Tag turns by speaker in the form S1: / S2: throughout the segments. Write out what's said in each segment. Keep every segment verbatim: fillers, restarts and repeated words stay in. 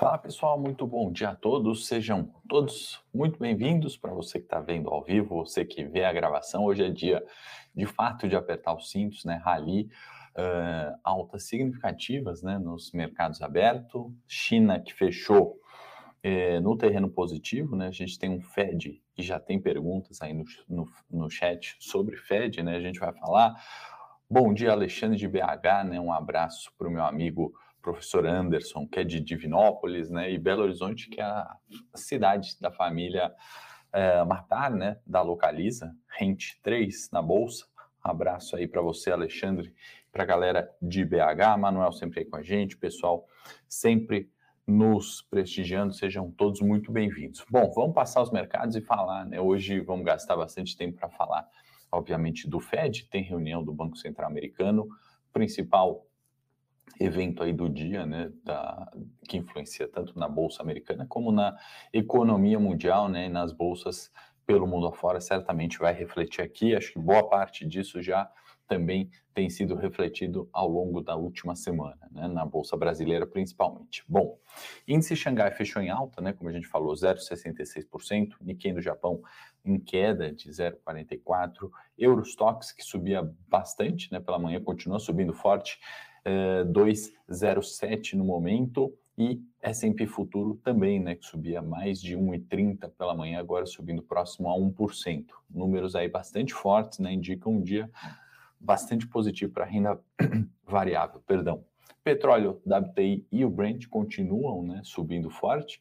S1: Fala pessoal, muito bom dia a todos, sejam todos muito bem-vindos. Para você que está vendo ao vivo, você que vê a gravação, hoje é dia de fato de apertar os cintos, né? Rally, uh, altas significativas, né, nos mercados abertos, China que fechou eh, no terreno positivo, né? A gente tem um Fed que já tem perguntas aí no, no, no chat sobre Fed, né? A gente vai falar. Bom dia, Alexandre de B H, né? Um abraço para o meu amigo professor Anderson, que é de Divinópolis, né? E Belo Horizonte, que é a cidade da família é, Matar, né? Da Localiza, Rente três na Bolsa. Um abraço aí para você, Alexandre, para a galera de B H, Manuel sempre aí com a gente, pessoal sempre nos prestigiando, sejam todos muito bem-vindos. Bom, vamos passar os mercados e falar, né? Hoje vamos gastar bastante tempo para falar, obviamente, do Fed, tem reunião do Banco Central Americano, principal evento aí do dia, né, da, que influencia tanto na Bolsa Americana como na economia mundial, né, e nas bolsas pelo mundo afora, certamente vai refletir aqui. Acho que boa parte disso já também tem sido refletido ao longo da última semana, né, na Bolsa Brasileira principalmente. Bom, índice Xangai fechou em alta, né, como a gente falou, zero vírgula sessenta e seis por cento, Nikkei do Japão em queda de zero vírgula quarenta e quatro por cento, Eurostoxx, que subia bastante, né, pela manhã, continua subindo forte, Uh, dois vírgula zero sete no momento, e S e P Futuro também, né, que subia mais de um vírgula trinta pela manhã, agora subindo próximo a um por cento. Números aí bastante fortes, né, indicam um dia bastante positivo para a renda variável, perdão. Petróleo, W T I e o Brent continuam, né, subindo forte.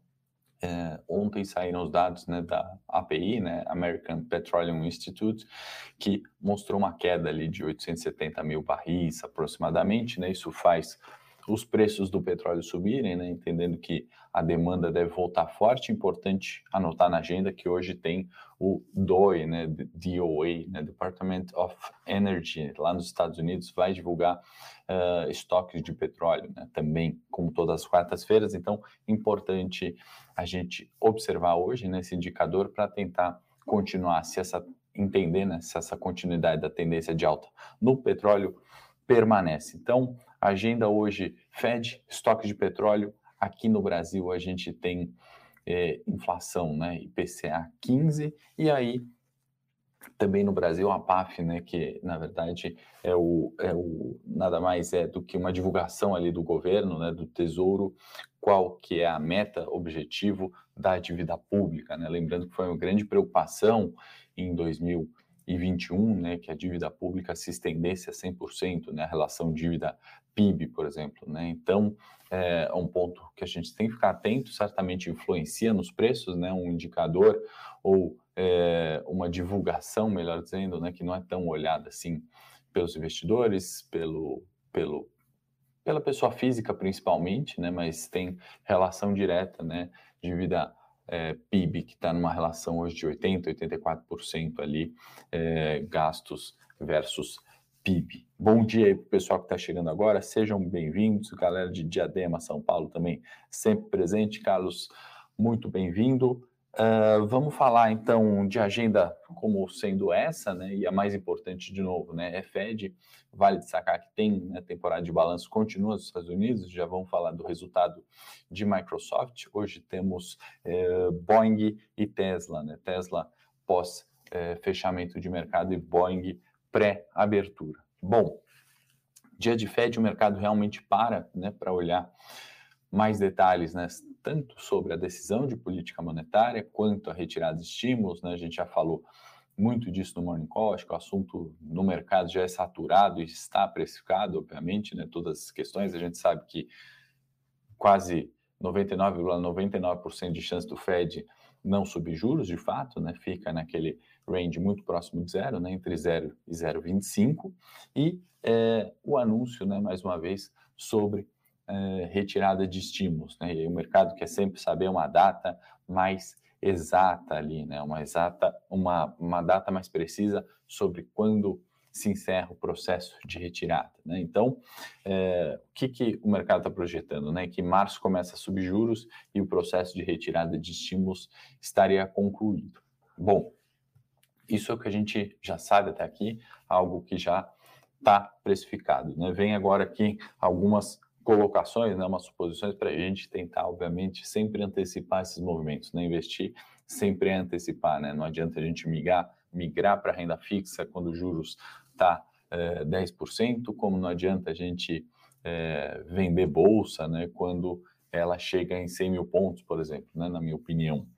S1: É, ontem saíram os dados, né, da A P I, né, American Petroleum Institute, que mostrou uma queda ali de oitocentos e setenta mil barris aproximadamente, né, isso faz os preços do petróleo subirem, né, entendendo que a demanda deve voltar forte. Importante anotar na agenda que hoje tem o D O E, né, D O A, né, Department of Energy, lá nos Estados Unidos, vai divulgar uh, estoques de petróleo, né, também, como todas as quartas-feiras. Então, importante a gente observar hoje nesse indicador para tentar continuar, se essa, entender, né, se essa continuidade da tendência de alta no petróleo permanece. Então, agenda hoje, Fed, estoque de petróleo. Aqui no Brasil a gente tem é, inflação, né, I P C A quinze, e aí também no Brasil a P A F, né, que na verdade é o, é o nada mais é do que uma divulgação ali do governo, né, do Tesouro, qual que é a meta, objetivo da dívida pública, né? Lembrando que foi uma grande preocupação em dois mil e vinte e um, né, que a dívida pública se estendesse a cem por cento, né, a relação dívida P I B, por exemplo, né? Então, é um ponto que a gente tem que ficar atento, certamente influencia nos preços, né, um indicador ou é, uma divulgação, melhor dizendo, né, que não é tão olhada assim pelos investidores, pelo, pelo, pela pessoa física principalmente, né, mas tem relação direta, né, dívida é, P I B, que está numa relação hoje de oitenta, oitenta e quatro por cento ali, é, gastos versus P I B. Bom dia aí para o pessoal que está chegando agora, sejam bem-vindos, galera de Diadema, São Paulo também sempre presente. Carlos, muito bem-vindo. Uh, vamos falar então de agenda como sendo essa, né, e a mais importante de novo, né, é Fed. Vale destacar que tem, né, temporada de balanço continua nos Estados Unidos, já vamos falar do resultado de Microsoft. Hoje temos eh, Boeing e Tesla, né, Tesla pós eh, fechamento de mercado e Boeing pré-abertura. Bom, dia de Fed, o mercado realmente para, né, para olhar mais detalhes, né, tanto sobre a decisão de política monetária quanto a retirada de estímulos, né, a gente já falou muito disso no Morning Call, acho que o assunto no mercado já é saturado e está precificado, obviamente, né, todas as questões, a gente sabe que quase noventa e nove vírgula noventa e nove por cento de chance do Fed não subir juros, de fato, né, fica naquele range muito próximo de zero, né, entre zero e zero vírgula vinte e cinco, e é, o anúncio, né, mais uma vez, sobre é, retirada de estímulos, né, e o mercado quer sempre saber uma data mais exata ali, né, uma exata, uma, uma data mais precisa sobre quando se encerra o processo de retirada, né? Então, é, o que, que o mercado está projetando, né? Que março começa a subir juros e o processo de retirada de estímulos estaria concluído. Bom, isso é o que a gente já sabe até aqui, algo que já está precificado, né? Vem agora aqui algumas colocações, né, umas suposições para a gente tentar, obviamente, sempre antecipar esses movimentos, né? Investir sempre é antecipar, né? Não adianta a gente migrar, migrar para renda fixa quando os juros está é, dez por cento, como não adianta a gente é, vender bolsa, né, quando ela chega em cem mil pontos, por exemplo, né, na minha opinião.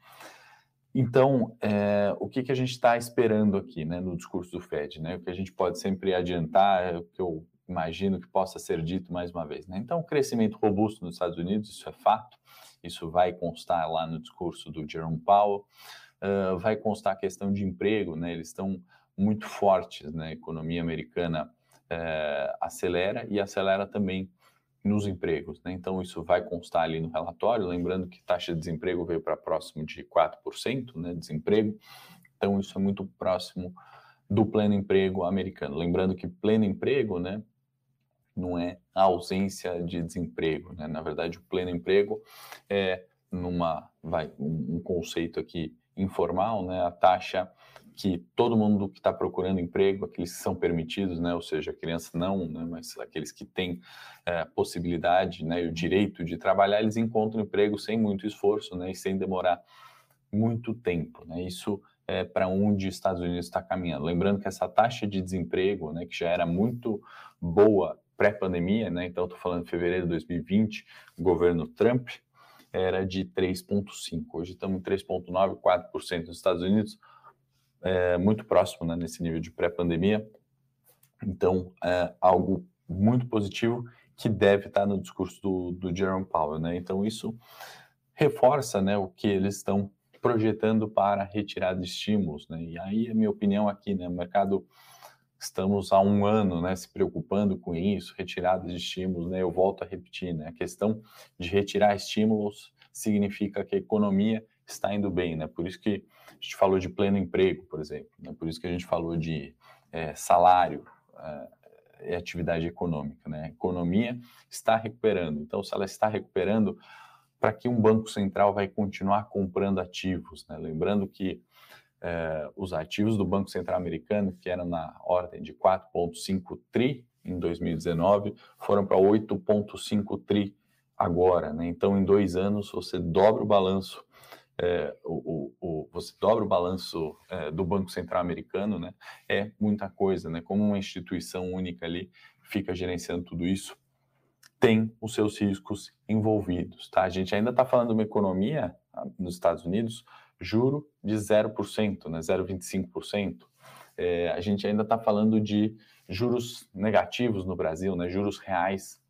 S1: Então, é, o que, que a gente está esperando aqui, né, no discurso do Fed, né? O que a gente pode sempre adiantar, é o que eu imagino que possa ser dito mais uma vez, né? Então, crescimento robusto nos Estados Unidos, isso é fato, isso vai constar lá no discurso do Jerome Powell, uh, vai constar a questão de emprego, né? Eles estão muito fortes, né? A economia americana uh, acelera e acelera também nos empregos, né? Então, isso vai constar ali no relatório, lembrando que taxa de desemprego veio para próximo de quatro por cento, né, desemprego, então isso é muito próximo do pleno emprego americano. Lembrando que pleno emprego, né, não é a ausência de desemprego, né? Na verdade, o pleno emprego é numa, vai, um, um conceito aqui informal, né, a taxa que todo mundo que está procurando emprego, aqueles que são permitidos, né, ou seja, crianças não, né, mas aqueles que têm é, possibilidade, né, e o direito de trabalhar, eles encontram emprego sem muito esforço, né, e sem demorar muito tempo, né? Isso é para onde os Estados Unidos está caminhando. Lembrando que essa taxa de desemprego, né, que já era muito boa pré-pandemia, né, então estou falando de fevereiro de dois mil e vinte, governo Trump, era de três vírgula cinco por cento. Hoje estamos em três vírgula nove por cento, quatro por cento nos Estados Unidos, é, muito próximo, né, nesse nível de pré-pandemia. Então, é algo muito positivo que deve estar no discurso do, do Jerome Powell, né? Então, isso reforça, né, o que eles estão projetando para retirada de estímulos, né? E aí, a minha opinião aqui, né, o mercado, estamos há um ano, né, se preocupando com isso, retirada de estímulos, né? Eu volto a repetir, né? A questão de retirar estímulos significa que a economia está indo bem, né? Por isso que a gente falou de pleno emprego, por exemplo, né? Por isso que a gente falou de é, salário é, e atividade econômica, né? A economia está recuperando. Então, se ela está recuperando, para que um banco central vai continuar comprando ativos, né? Lembrando que é, os ativos do Banco Central americano, que eram na ordem de quatro vírgula cinco tri em dois mil e dezenove, foram para oito vírgula cinco tri agora, né? Então, em dois anos, você dobra o balanço, é, o, o, o, você dobra o balanço é, do Banco Central americano, né? É muita coisa, né? Como uma instituição única ali fica gerenciando tudo isso, tem os seus riscos envolvidos, tá? A gente ainda está falando de uma economia nos Estados Unidos, juro de zero por cento, né? zero vírgula vinte e cinco por cento. É, a gente ainda está falando de juros negativos no Brasil, né? Juros reais,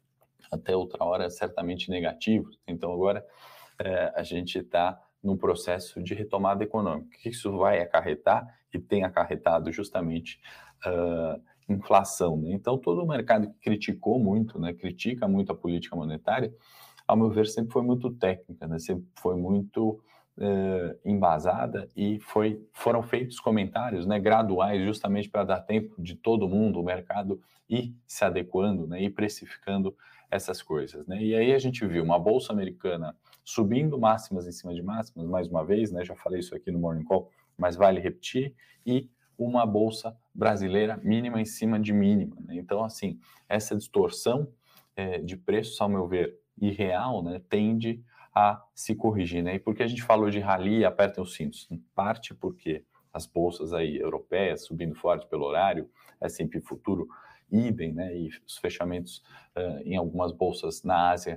S1: até outra hora, certamente negativos. Então, agora, é, a gente está num processo de retomada econômica. O que isso vai acarretar? E tem acarretado justamente uh, inflação, né? Então, todo o mercado que criticou muito, né, critica muito a política monetária, ao meu ver, sempre foi muito técnica, né? Sempre foi muito uh, embasada e foi, foram feitos comentários, né, graduais, justamente para dar tempo de todo mundo, o mercado, ir se adequando, né, e precificando essas coisas, né? E aí a gente viu uma bolsa americana subindo máximas em cima de máximas, mais uma vez, né? Já falei isso aqui no Morning Call, mas vale repetir, e uma bolsa brasileira mínima em cima de mínima, né? Então, assim, essa distorção é, de preços, ao meu ver, irreal, né, tende a se corrigir, né? E por que a gente falou de rally e apertem os cintos? Em parte porque as bolsas aí europeias subindo forte pelo horário, S and P futuro, idem, né? E os fechamentos uh, em algumas bolsas na Ásia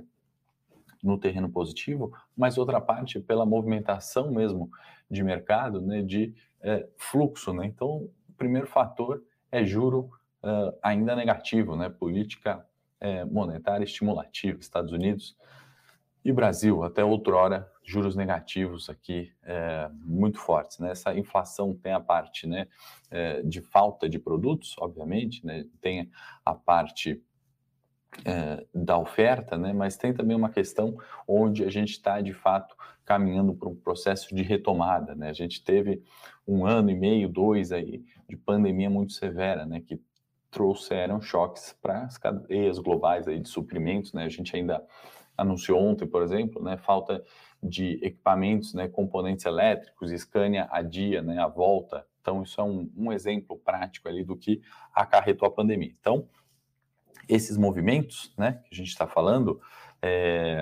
S1: no terreno positivo, mas outra parte pela movimentação mesmo de mercado, né, de é, fluxo, né? Então, o primeiro fator é juro uh, ainda negativo, né? Política é, monetária estimulativa, Estados Unidos e Brasil, até outrora, juros negativos aqui é, muito fortes, né? Essa inflação tem a parte, né, é, de falta de produtos, obviamente, né? Tem a parte É, da oferta, né? Mas tem também uma questão onde a gente está, de fato, caminhando para um processo de retomada, né? A gente teve um ano e meio, dois aí, de pandemia muito severa, né? Que trouxeram choques para as cadeias globais aí de suprimentos, né? A gente ainda anunciou ontem, por exemplo, né? Falta de equipamentos, né? Componentes elétricos, Scania adia, né? A volta. Então, isso é um, um exemplo prático ali do que acarretou a pandemia. Então, esses movimentos, né, que a gente está falando, é,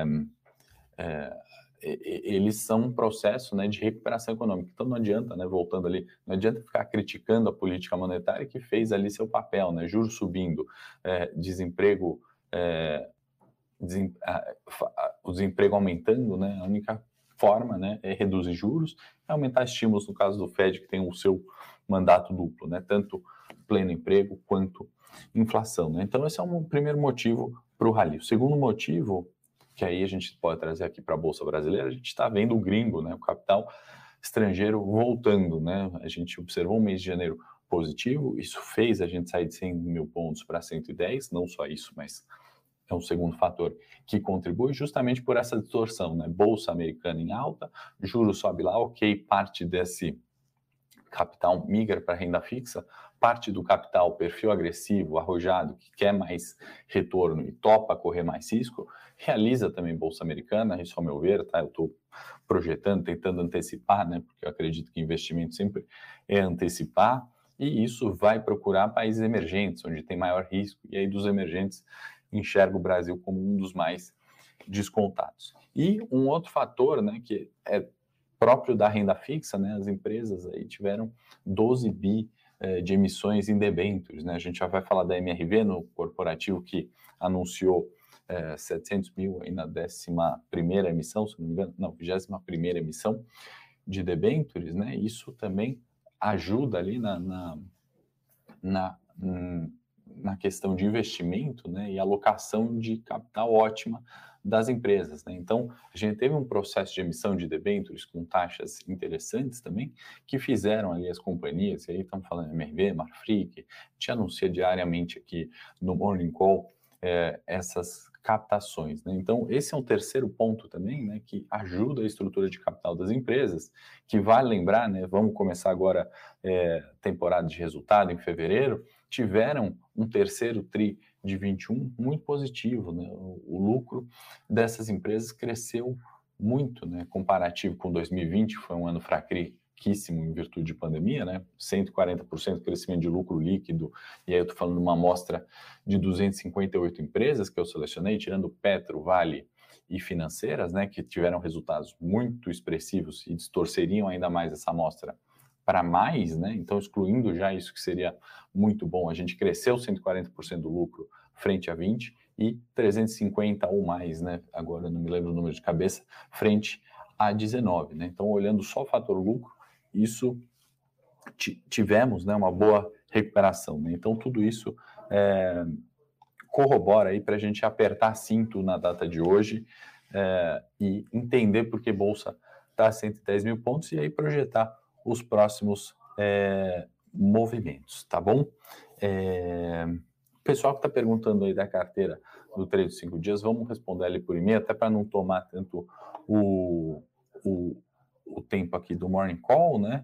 S1: é, eles são um processo, né, de recuperação econômica. Então não adianta, né, voltando ali, não adianta ficar criticando a política monetária que fez ali seu papel, né, juros subindo, é, desemprego, é, desem, a, a, o desemprego aumentando, né, a única forma, né, é reduzir juros, é aumentar estímulos, no caso do Fed, que tem o seu mandato duplo, né, tanto pleno emprego quanto inflação, né. Então esse é um primeiro motivo para o rally. O segundo motivo, que aí a gente pode trazer aqui para a Bolsa Brasileira, a gente está vendo o gringo, né, o capital estrangeiro voltando, né, a gente observou um mês de janeiro positivo, isso fez a gente sair de cem mil pontos para cento e dez, não só isso, mas é um segundo fator que contribui justamente por essa distorção, né, Bolsa americana em alta, juros sobe lá, ok, parte desse capital migra para renda fixa, parte do capital perfil agressivo, arrojado, que quer mais retorno e topa correr mais risco, realiza também Bolsa Americana, isso ao meu ver, tá? Eu estou projetando, tentando antecipar, né? Porque eu acredito que investimento sempre é antecipar, e isso vai procurar países emergentes, onde tem maior risco, e aí dos emergentes enxerga o Brasil como um dos mais descontados. E um outro fator, né, que é próprio da renda fixa, né, as empresas aí tiveram doze bi eh, de emissões em debêntures, né, a gente já vai falar da M R V no corporativo que anunciou eh, setecentos mil aí na décima primeira emissão, se não me engano, não, vigésima primeira emissão de debêntures, né, isso também ajuda ali na, na, na, na questão de investimento, né, e alocação de capital ótima das empresas, né? Então, a gente teve um processo de emissão de debêntures com taxas interessantes também, que fizeram ali as companhias, e aí estamos falando de M R V, Marfrig, que te anuncia diariamente aqui no Morning Call é, essas captações, né? Então, esse é um terceiro ponto também, né, que ajuda a estrutura de capital das empresas, que vale lembrar, né, vamos começar agora é, temporada de resultado em fevereiro, tiveram um terceiro tri de vinte e um muito positivo, né? O, o lucro dessas empresas cresceu muito, né? Comparativo com dois mil e vinte, foi um ano fraquíssimo em virtude de pandemia, né? cento e quarenta por cento crescimento de lucro líquido, e aí eu estou falando de uma amostra de duzentas e cinquenta e oito empresas que eu selecionei, tirando Petro, Vale e financeiras, né? Que tiveram resultados muito expressivos e distorceriam ainda mais essa amostra para mais, né? Então, excluindo já isso que seria muito bom, a gente cresceu cento e quarenta por cento do lucro frente a vinte e trezentos e cinquenta ou mais, né? Agora não me lembro o número de cabeça, frente a dezenove, né? Então, olhando só o fator lucro, isso tivemos, né, uma boa recuperação, né? Então, tudo isso é, corrobora aí para a gente apertar cinto na data de hoje é, e entender por que Bolsa está a cento e dez mil pontos e aí projetar os próximos é, movimentos, tá bom? É, o pessoal que está perguntando aí da carteira do trade de cinco dias, vamos responder ali por e-mail, até para não tomar tanto o, o, o tempo aqui do Morning Call, né?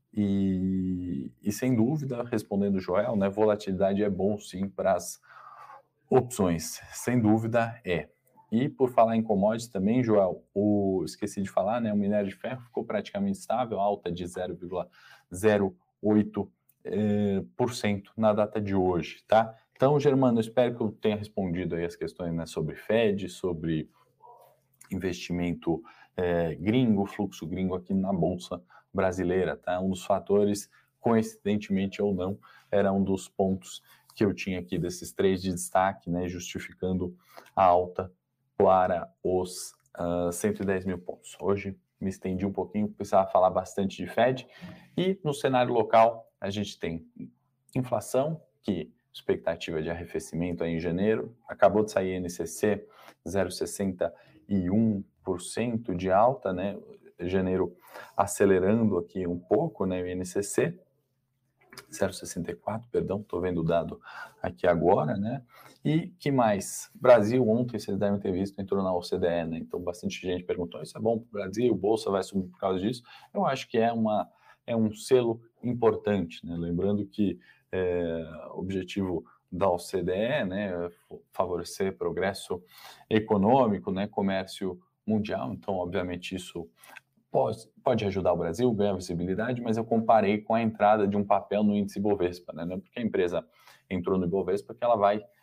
S1: E, e sem dúvida, respondendo o Joel, né? Volatilidade é bom sim para as opções, sem dúvida é. E por falar em commodities também, Joel, o, esqueci de falar, né? O minério de ferro ficou praticamente estável, alta de zero vírgula zero oito por cento na data de hoje, tá? Então, Germano, eu espero que eu tenha respondido aí as questões, né, sobre Fed, sobre investimento é, gringo, fluxo gringo aqui na Bolsa Brasileira, tá? Um dos fatores, coincidentemente ou não, era um dos pontos que eu tinha aqui desses três de destaque, né, justificando a alta para os uh, cento e dez mil pontos. Hoje me estendi um pouquinho, precisava falar bastante de Fed. E no cenário local, a gente tem inflação, que expectativa de arrefecimento aí em janeiro, acabou de sair N C C, zero vírgula sessenta e um por cento de alta, né? Janeiro acelerando aqui um pouco, né? O I N C C, zero vírgula sessenta e quatro, perdão, estou vendo o dado aqui agora, né? E que mais? Brasil, ontem, vocês devem ter visto, entrou na O C D E, né? Então, bastante gente perguntou, isso é bom para o Brasil, Bolsa vai subir por causa disso? Eu acho que é, uma, é um selo importante, né? Lembrando que é, o objetivo da O C D E, né, favorecer progresso econômico, né, comércio mundial, então, obviamente, isso pode, pode ajudar o Brasil, ganhar visibilidade, mas eu comparei com a entrada de um papel no índice Bovespa, né, não é porque a empresa entrou no Bovespa que ela vai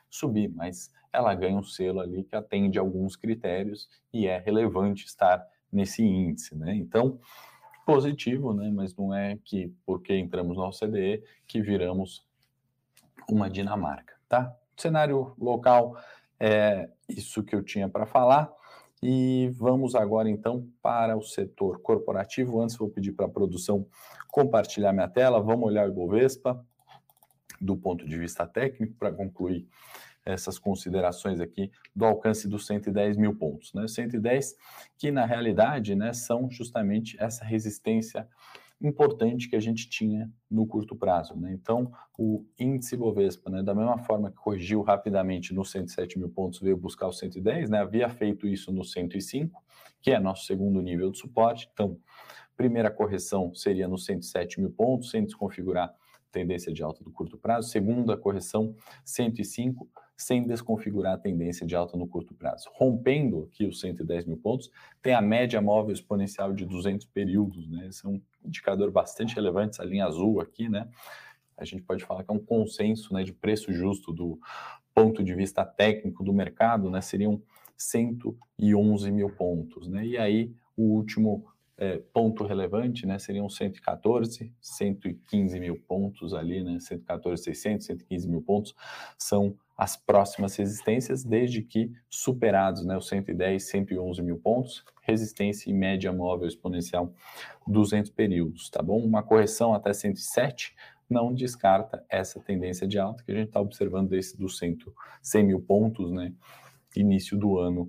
S1: subir, mas ela ganha um selo ali que atende a alguns critérios e é relevante estar nesse índice, né? Então, positivo, né? Mas não é que porque entramos na O C D E que viramos uma Dinamarca, tá? Cenário local é isso que eu tinha para falar. E vamos agora então para o setor corporativo. Antes vou pedir para a produção compartilhar minha tela. Vamos olhar o Ibovespa do ponto de vista técnico para concluir essas considerações aqui do alcance dos cento e dez mil pontos, né? cento e dez que na realidade, né, são justamente essa resistência importante que a gente tinha no curto prazo, né? Então, o índice Bovespa, né, da mesma forma que corrigiu rapidamente nos cento e sete mil pontos, veio buscar os cento e dez, né? Havia feito isso no cento e cinco, que é nosso segundo nível de suporte. Então, primeira correção seria nos cento e sete mil pontos, sem desconfigurar tendência de alta do curto prazo. Segunda correção, cento e cinco, sem desconfigurar a tendência de alta no curto prazo. Rompendo aqui os cento e dez mil pontos, tem a média móvel exponencial de duzentos períodos, né? Esse é um indicador bastante relevante, essa linha azul aqui, né? A gente pode falar que é um consenso, né, de preço justo do ponto de vista técnico do mercado, né? Seriam cento e onze mil pontos, né? E aí, o último É, ponto relevante, né, seriam cento e quatorze, cento e quinze mil pontos ali, né, cento e quatorze, seiscentos, cento e quinze mil pontos são as próximas resistências, desde que superados, né, os cento e dez, cento e onze mil pontos, resistência e média móvel exponencial duzentos períodos, tá bom? Uma correção até cento e sete não descarta essa tendência de alta que a gente está observando desde dos cem mil pontos, né, início do ano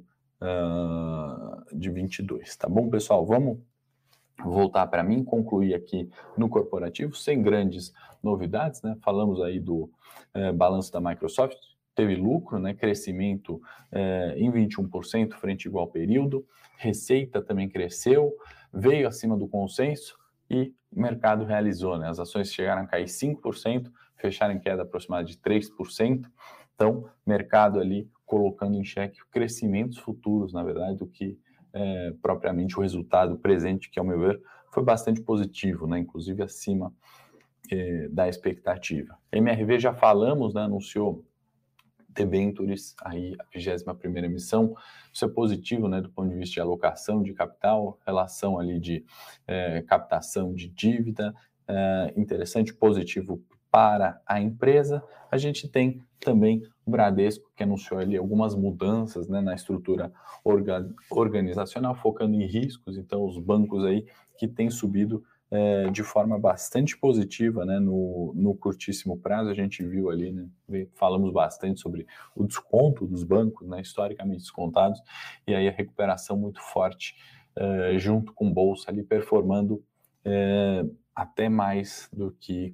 S1: uh, de vinte e dois, tá bom, pessoal? Vamos voltar para mim, concluir aqui no corporativo, sem grandes novidades, né? Falamos aí do eh, balanço da Microsoft, teve lucro, né? Crescimento eh, em vinte e um por cento frente igual período, receita também cresceu, veio acima do consenso e o mercado realizou, né? As ações chegaram a cair cinco por cento, fecharam em queda aproximada de três por cento, então mercado ali colocando em xeque crescimentos futuros, na verdade, do que É, propriamente o resultado presente, que ao meu ver foi bastante positivo, né? Inclusive acima é, da expectativa. M R V já falamos, né? Anunciou debêntures, aí a vigésima primeira emissão, isso é positivo, né? Do ponto de vista de alocação de capital, relação ali de é, captação de dívida, é, interessante, positivo para a empresa. A gente tem também o Bradesco, que anunciou ali algumas mudanças, né, na estrutura orga organizacional, focando em riscos. Então, os bancos aí que têm subido é, de forma bastante positiva, né, no, no curtíssimo prazo. A gente viu ali, né, falamos bastante sobre o desconto dos bancos, né, historicamente descontados, e aí a recuperação muito forte é, junto com bolsa ali performando é, até mais do que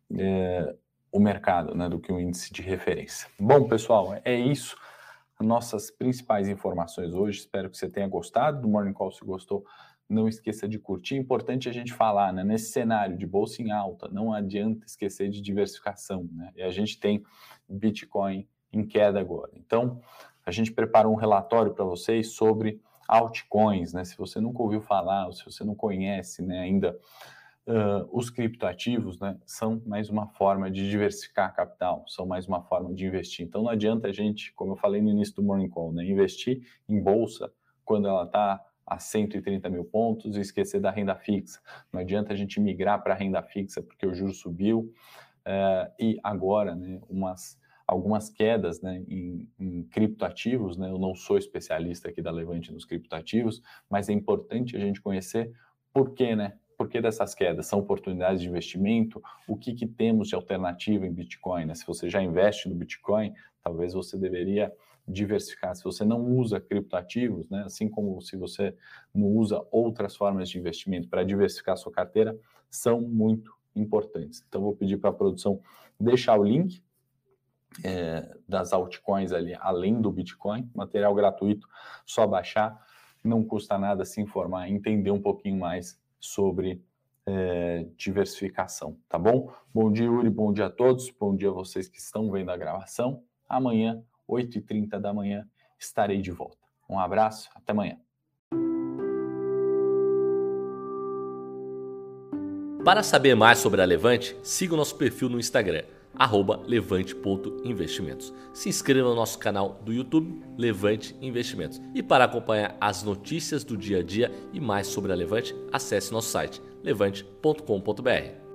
S1: É, o mercado, né, do que o índice de referência. Bom, pessoal, é isso. Nossas principais informações hoje. Espero que você tenha gostado do Morning Call. Se gostou, não esqueça de curtir. É importante a gente falar, né, nesse cenário de bolsa em alta, não adianta esquecer de diversificação, né? E a gente tem Bitcoin em queda agora. Então, a gente preparou um relatório para vocês sobre altcoins, né? Se você nunca ouviu falar, ou se você não conhece, né, ainda Uh, os criptoativos, né, são mais uma forma de diversificar capital, são mais uma forma de investir. Então não adianta a gente, como eu falei no início do Morning Call, né, investir em bolsa quando ela está a cento e trinta mil pontos e esquecer da renda fixa. Não adianta a gente migrar para a renda fixa porque o juro subiu uh, e agora, né, umas, algumas quedas, né, em, em criptoativos, né, eu não sou especialista aqui da Levante nos criptoativos, mas é importante a gente conhecer por quê, né? Por que dessas quedas? São oportunidades de investimento? O que, que temos de alternativa em Bitcoin? Né? Se você já investe no Bitcoin, talvez você deveria diversificar. Se você não usa criptoativos, né? Assim como se você não usa outras formas de investimento para diversificar a sua carteira, são muito importantes. Então, vou pedir para a produção deixar o link é, das altcoins ali, além do Bitcoin, material gratuito, só baixar, não custa nada se informar, entender um pouquinho mais sobre é, diversificação, tá bom? Bom dia, Yuri, bom dia a todos, bom dia a vocês que estão vendo a gravação. Amanhã, oito e trinta da manhã, estarei de volta. Um abraço, até amanhã.
S2: Para saber mais sobre a Levante, siga o nosso perfil no Instagram, arroba levante ponto investimentos. Se inscreva no nosso canal do YouTube, Levante Investimentos. E para acompanhar as notícias do dia a dia e mais sobre a Levante, acesse nosso site levante ponto com ponto br.